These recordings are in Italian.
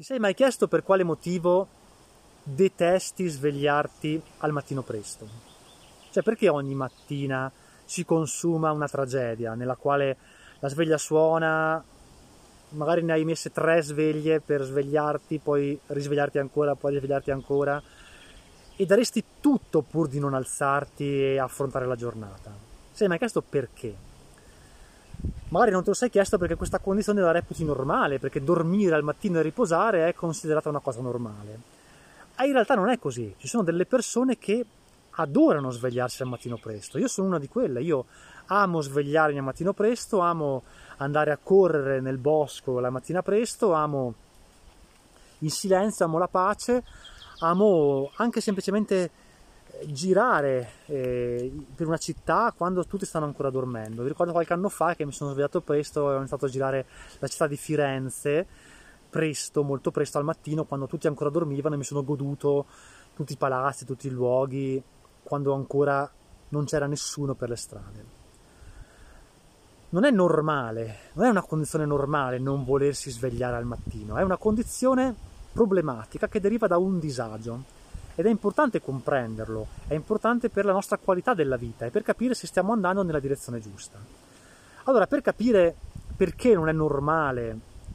Ti sei mai chiesto per quale motivo detesti svegliarti al mattino presto? Cioè, perché ogni mattina si consuma una tragedia nella quale la sveglia suona, magari ne hai messe 3 sveglie per svegliarti, poi risvegliarti ancora, poi risvegliarti ancora, e daresti tutto pur di non alzarti e affrontare la giornata? Ti sei mai chiesto perché? Magari non te lo sei chiesto perché questa condizione la reputi normale, perché dormire al mattino e riposare è considerata una cosa normale. Ma in realtà non è così. Ci sono delle persone che adorano svegliarsi al mattino presto. Io sono una di quelle. Io amo svegliarmi al mattino presto, amo andare a correre nel bosco la mattina presto, amo il silenzio, amo la pace, amo anche semplicemente girare per una città quando tutti stanno ancora dormendo. Vi ricordo qualche anno fa che mi sono svegliato presto e ho iniziato a girare la città di Firenze presto, molto presto al mattino, quando tutti ancora dormivano, e mi sono goduto tutti i palazzi, tutti i luoghi, quando ancora non c'era nessuno per le strade. Non è normale, non è una condizione normale non volersi svegliare al mattino, è una condizione problematica che deriva da un disagio. Ed è importante comprenderlo, è importante per la nostra qualità della vita e per capire se stiamo andando nella direzione giusta. Allora, per capire perché non è normale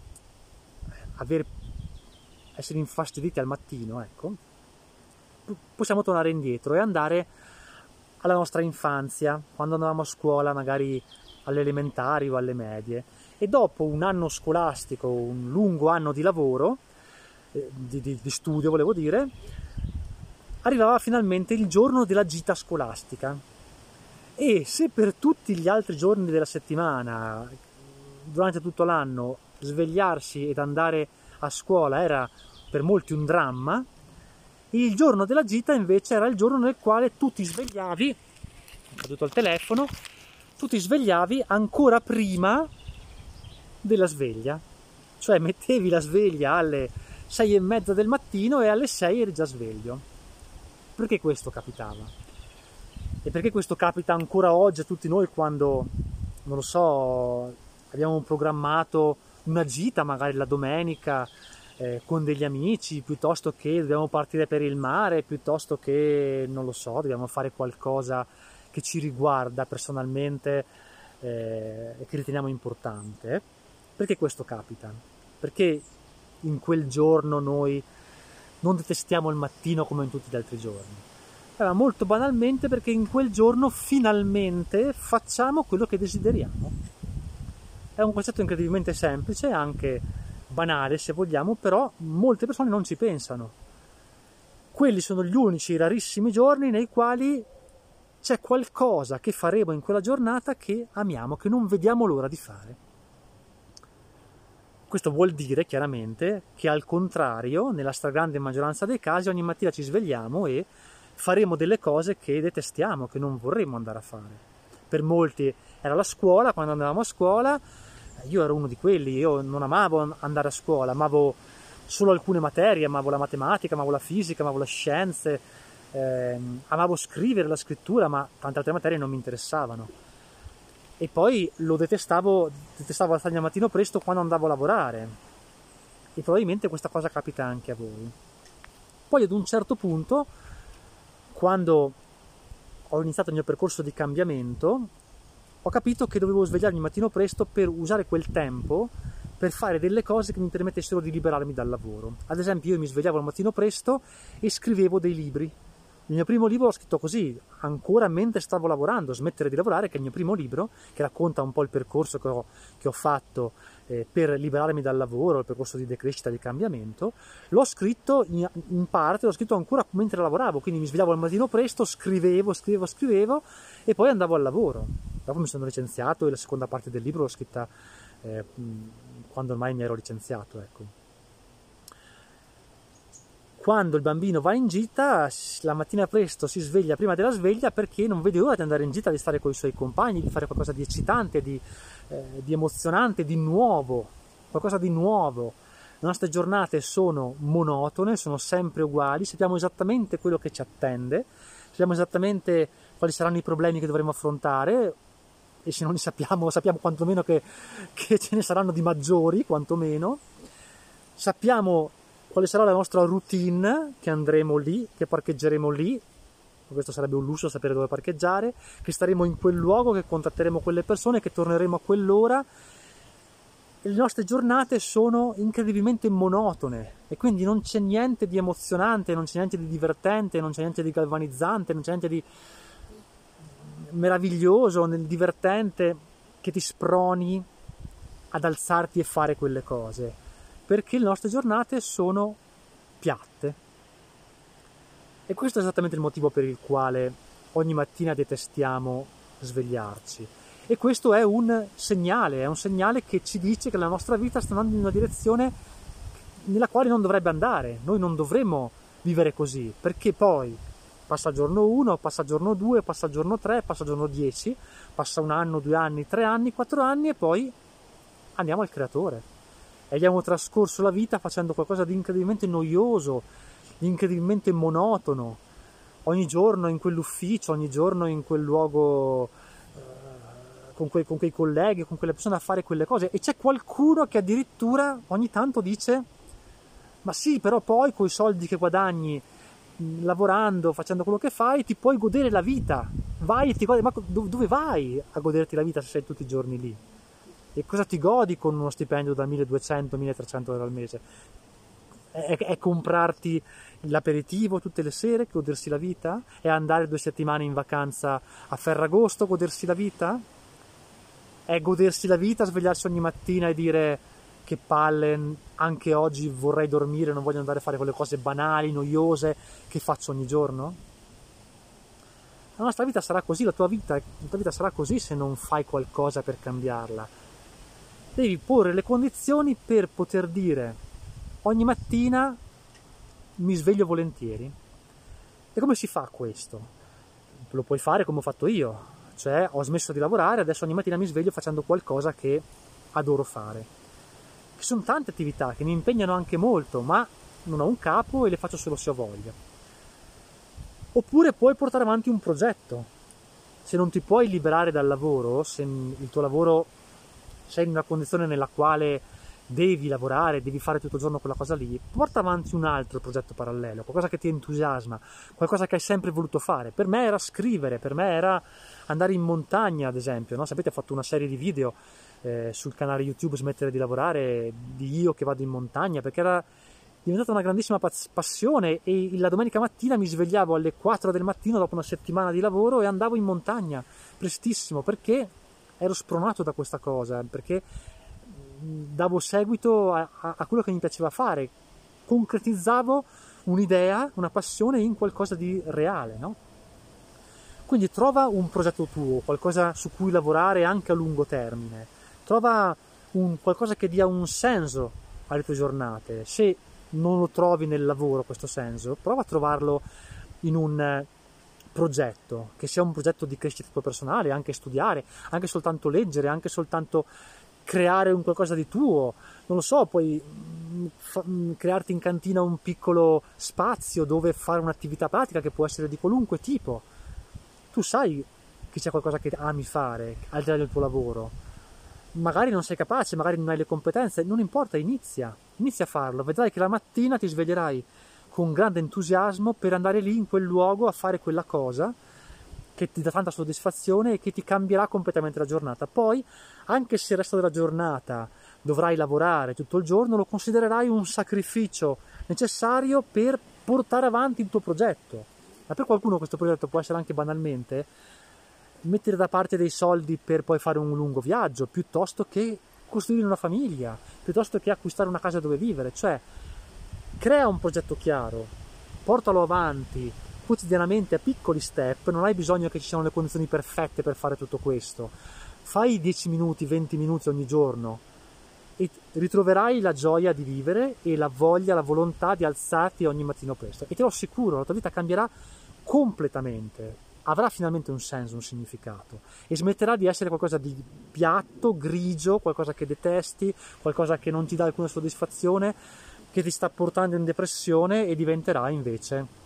essere infastiditi al mattino, ecco, possiamo tornare indietro e andare alla nostra infanzia, quando andavamo a scuola, magari alle elementari o alle medie, e dopo un anno scolastico, un lungo anno di lavoro, di studio volevo dire, arrivava finalmente il giorno della gita scolastica. E se per tutti gli altri giorni della settimana, durante tutto l'anno, svegliarsi ed andare a scuola era per molti un dramma, il giorno della gita invece era il giorno nel quale tu ti svegliavi, è caduto il telefono, tu ti svegliavi ancora prima della sveglia, cioè mettevi la sveglia alle 6:30 del mattino e alle 6 eri già sveglio. Perché questo capitava? E perché questo capita ancora oggi a tutti noi quando, non lo so, abbiamo programmato una gita magari la domenica con degli amici, piuttosto che dobbiamo partire per il mare, piuttosto che, non lo so, dobbiamo fare qualcosa che ci riguarda personalmente e che riteniamo importante. Perché questo capita? Perché in quel giorno noi non detestiamo il mattino come in tutti gli altri giorni? Molto banalmente perché in quel giorno finalmente facciamo quello che desideriamo. È un concetto incredibilmente semplice, anche banale se vogliamo, però molte persone non ci pensano. Quelli sono gli unici rarissimi giorni nei quali c'è qualcosa che faremo in quella giornata che amiamo, che non vediamo l'ora di fare. Questo vuol dire chiaramente che al contrario, nella stragrande maggioranza dei casi, ogni mattina ci svegliamo e faremo delle cose che detestiamo, che non vorremmo andare a fare. Per molti era la scuola, quando andavamo a scuola, io ero uno di quelli, io non amavo andare a scuola, amavo solo alcune materie, amavo la matematica, amavo la fisica, amavo le scienze, amavo scrivere, la scrittura, ma tante altre materie non mi interessavano. E poi detestavo alzarmi al mattino presto quando andavo a lavorare, e probabilmente questa cosa capita anche a voi. Poi ad un certo punto, quando ho iniziato il mio percorso di cambiamento, ho capito che dovevo svegliarmi il mattino presto per usare quel tempo per fare delle cose che mi permettessero di liberarmi dal lavoro. Ad esempio, io mi svegliavo al mattino presto e scrivevo dei libri. Il mio primo libro l'ho scritto così, ancora mentre stavo lavorando, Smettere di lavorare, che è il mio primo libro, che racconta un po' il percorso che ho fatto per liberarmi dal lavoro, il percorso di decrescita, di cambiamento. L'ho scritto in parte, l'ho scritto ancora mentre lavoravo, quindi mi svegliavo al mattino presto, scrivevo e poi andavo al lavoro. Dopo mi sono licenziato e la seconda parte del libro l'ho scritta quando ormai mi ero licenziato, ecco. Quando il bambino va in gita, la mattina presto si sveglia prima della sveglia perché non vede l'ora di andare in gita, di stare con i suoi compagni, di fare qualcosa di eccitante, di emozionante, di nuovo, qualcosa di nuovo. Le nostre giornate sono monotone, sono sempre uguali, sappiamo esattamente quello che ci attende, sappiamo esattamente quali saranno i problemi che dovremo affrontare, e se non li sappiamo quantomeno che ce ne saranno di maggiori, quantomeno. Sappiamo quale sarà la nostra routine, che andremo lì, che parcheggeremo lì, questo sarebbe un lusso sapere dove parcheggiare, che staremo in quel luogo, che contatteremo quelle persone, che torneremo a quell'ora. Le nostre giornate sono incredibilmente monotone e quindi non c'è niente di emozionante, non c'è niente di divertente, non c'è niente di galvanizzante, non c'è niente di meraviglioso, nel divertente che ti sproni ad alzarti e fare quelle cose, perché le nostre giornate sono piatte. E questo è esattamente il motivo per il quale ogni mattina detestiamo svegliarci. E questo è un segnale che ci dice che la nostra vita sta andando in una direzione nella quale non dovrebbe andare. Noi non dovremmo vivere così, perché poi passa il giorno 1, passa il giorno 2, passa il giorno 3, passa il giorno 10, passa 1 anno, 2 anni, 3 anni, 4 anni e poi andiamo al creatore. E abbiamo trascorso la vita facendo qualcosa di incredibilmente noioso, di incredibilmente monotono. Ogni giorno in quell'ufficio, ogni giorno in quel luogo, con quei colleghi, con quelle persone a fare quelle cose. E c'è qualcuno che addirittura ogni tanto dice: ma sì, però poi coi soldi che guadagni lavorando, facendo quello che fai, ti puoi godere la vita. Vai e ti godi. Ma dove vai a goderti la vita se sei tutti i giorni lì? E cosa ti godi con uno stipendio da 1200-1300 euro al mese? È comprarti l'aperitivo tutte le sere, godersi la vita? È andare 2 settimane in vacanza a Ferragosto, godersi la vita? È godersi la vita, svegliarsi ogni mattina e dire: che palle, anche oggi vorrei dormire, non voglio andare a fare quelle cose banali, noiose che faccio ogni giorno? La nostra vita sarà così, la tua vita sarà così se non fai qualcosa per cambiarla. Devi porre le condizioni per poter dire: ogni mattina mi sveglio volentieri. E come si fa questo? Lo puoi fare come ho fatto io, cioè ho smesso di lavorare, adesso ogni mattina mi sveglio facendo qualcosa che adoro fare. Che sono tante attività che mi impegnano anche molto, ma non ho un capo e le faccio solo se ho voglia. Oppure puoi portare avanti un progetto. Se non ti puoi liberare dal lavoro, se il tuo lavoro sei in una condizione nella quale devi lavorare, devi fare tutto il giorno quella cosa lì, porta avanti un altro progetto parallelo, qualcosa che ti entusiasma, qualcosa che hai sempre voluto fare. Per me era scrivere, per me era andare in montagna, ad esempio, no? Sapete, ho fatto una serie di video sul canale YouTube Smettere di lavorare, di io che vado in montagna, perché era diventata una grandissima passione e la domenica mattina mi svegliavo alle 4 del mattino dopo una settimana di lavoro e andavo in montagna prestissimo, perché ero spronato da questa cosa, perché davo seguito a quello che mi piaceva fare, concretizzavo un'idea, una passione in qualcosa di reale, no? Quindi trova un progetto tuo, qualcosa su cui lavorare anche a lungo termine, trova qualcosa che dia un senso alle tue giornate. Se non lo trovi nel lavoro questo senso, prova a trovarlo in un progetto, che sia un progetto di crescita tua personale, anche studiare, anche soltanto leggere, anche soltanto creare un qualcosa di tuo, non lo so, puoi crearti in cantina un piccolo spazio dove fare un'attività pratica che può essere di qualunque tipo. Tu sai che c'è qualcosa che ami fare al di là del tuo lavoro, magari non sei capace, magari non hai le competenze, non importa, inizia a farlo, vedrai che la mattina ti sveglierai con grande entusiasmo per andare lì in quel luogo a fare quella cosa che ti dà tanta soddisfazione e che ti cambierà completamente la giornata. Poi, anche se il resto della giornata dovrai lavorare tutto il giorno, lo considererai un sacrificio necessario per portare avanti il tuo progetto. Ma per qualcuno questo progetto può essere anche banalmente mettere da parte dei soldi per poi fare un lungo viaggio, piuttosto che costruire una famiglia, piuttosto che acquistare una casa dove vivere. Cioè, crea un progetto chiaro, portalo avanti quotidianamente a piccoli step, non hai bisogno che ci siano le condizioni perfette per fare tutto questo. Fai 10 minuti, 20 minuti ogni giorno e ritroverai la gioia di vivere e la voglia, la volontà di alzarti ogni mattino presto. E te lo assicuro, la tua vita cambierà completamente, avrà finalmente un senso, un significato e smetterà di essere qualcosa di piatto, grigio, qualcosa che detesti, qualcosa che non ti dà alcuna soddisfazione, che ti sta portando in depressione, e diventerà invece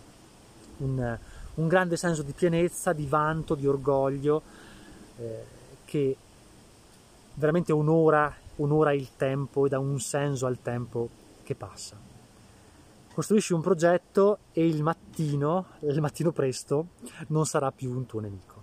un grande senso di pienezza, di vanto, di orgoglio, che veramente onora il tempo e dà un senso al tempo che passa. Costruisci un progetto e il mattino presto non sarà più un tuo nemico.